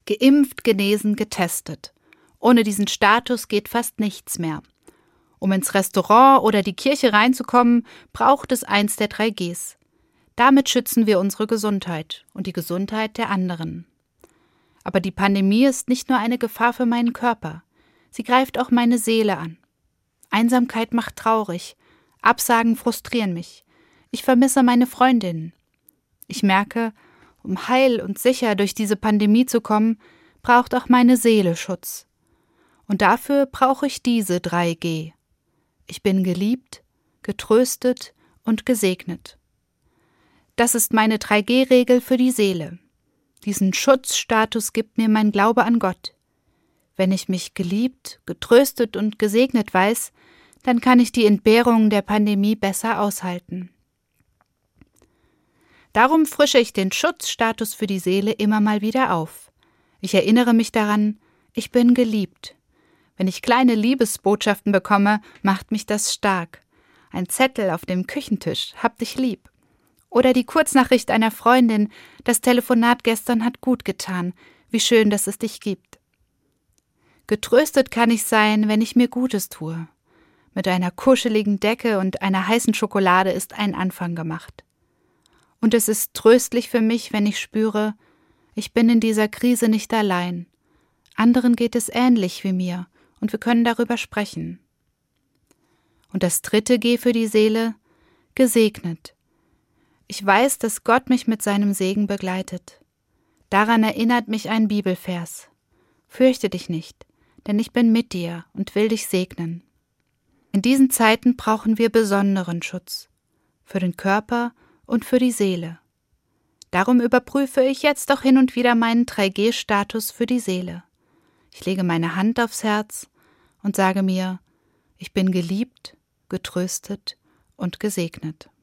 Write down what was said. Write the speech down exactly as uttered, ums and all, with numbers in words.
Geimpft, genesen, getestet. Ohne diesen Status geht fast nichts mehr. Um ins Restaurant oder die Kirche reinzukommen, braucht es eins der drei Gs. Damit schützen wir unsere Gesundheit und die Gesundheit der anderen. Aber die Pandemie ist nicht nur eine Gefahr für meinen Körper. Sie greift auch meine Seele an. Einsamkeit macht traurig. Absagen frustrieren mich. Ich vermisse meine Freundinnen. Ich merke, um heil und sicher durch diese Pandemie zu kommen, braucht auch meine Seele Schutz. Und dafür brauche ich diese drei G. Ich bin geliebt, getröstet und gesegnet. Das ist meine drei G Regel für die Seele. Diesen Schutzstatus gibt mir mein Glaube an Gott. Wenn ich mich geliebt, getröstet und gesegnet weiß, dann kann ich die Entbehrungen der Pandemie besser aushalten. Darum frische ich den Schutzstatus für die Seele immer mal wieder auf. Ich erinnere mich daran, ich bin geliebt. Wenn ich kleine Liebesbotschaften bekomme, macht mich das stark. Ein Zettel auf dem Küchentisch, hab dich lieb. Oder die Kurznachricht einer Freundin, das Telefonat gestern hat gut getan, wie schön, dass es dich gibt. Getröstet kann ich sein, wenn ich mir Gutes tue. Mit einer kuscheligen Decke und einer heißen Schokolade ist ein Anfang gemacht. Und es ist tröstlich für mich, wenn ich spüre, ich bin in dieser Krise nicht allein. Anderen geht es ähnlich wie mir und wir können darüber sprechen. Und das dritte G für die Seele, gesegnet. Ich weiß, dass Gott mich mit seinem Segen begleitet. Daran erinnert mich ein Bibelvers. Fürchte dich nicht, denn ich bin mit dir und will dich segnen. In diesen Zeiten brauchen wir besonderen Schutz. Für den Körper und für die Seele. Darum überprüfe ich jetzt auch hin und wieder meinen drei G Status für die Seele. Ich lege meine Hand aufs Herz und sage mir, ich bin geliebt, getröstet und gesegnet.